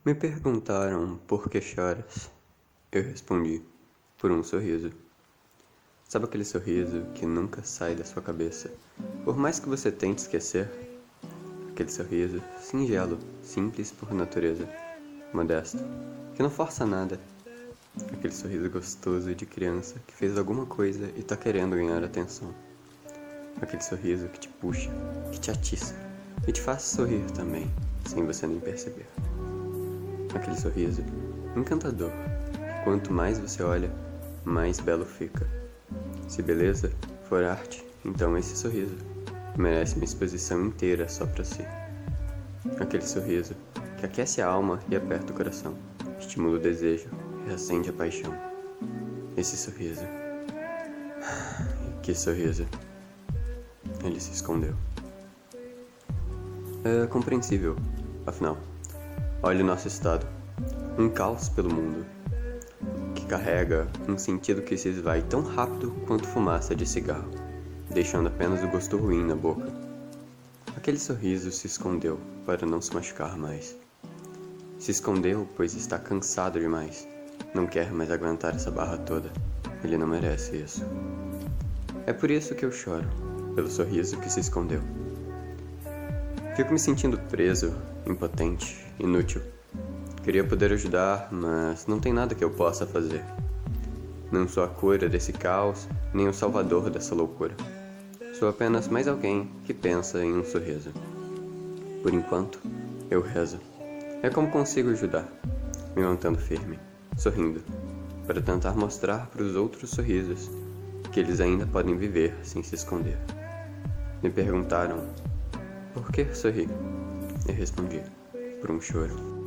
Me perguntaram por que choras. Eu respondi, por um sorriso. Sabe aquele sorriso que nunca sai da sua cabeça, por mais que você tente esquecer? Aquele sorriso singelo, simples por natureza, modesto, que não força nada. Aquele sorriso gostoso de criança que fez alguma coisa e tá querendo ganhar atenção. Aquele sorriso que te puxa, que te atiça e te faz sorrir também, sem você nem perceber. Aquele sorriso encantador, que quanto mais você olha, mais belo fica. Se beleza for arte, então esse sorriso merece uma exposição inteira só pra si. Aquele sorriso que aquece a alma e aperta o coração, estimula o desejo e acende a paixão. Esse sorriso. Que sorriso. Ele se escondeu. É compreensível, afinal. Olhe o nosso estado. Um caos pelo mundo, que carrega um sentido que se esvai tão rápido quanto fumaça de cigarro, deixando apenas o gosto ruim na boca. Aquele sorriso se escondeu para não se machucar mais. Se escondeu pois está cansado demais. Não quer mais aguentar essa barra toda. Ele não merece isso. É por isso que eu choro, pelo sorriso que se escondeu. Fico me sentindo preso, impotente, inútil. Queria poder ajudar, mas não tem nada que eu possa fazer. Não sou a cura desse caos, nem o salvador dessa loucura. Sou apenas mais alguém que pensa em um sorriso. Por enquanto, eu rezo. É como consigo ajudar, me mantendo firme, sorrindo, para tentar mostrar para os outros sorrisos que eles ainda podem viver sem se esconder. Me perguntaram, por que sorri? Eu respondi, por um choro.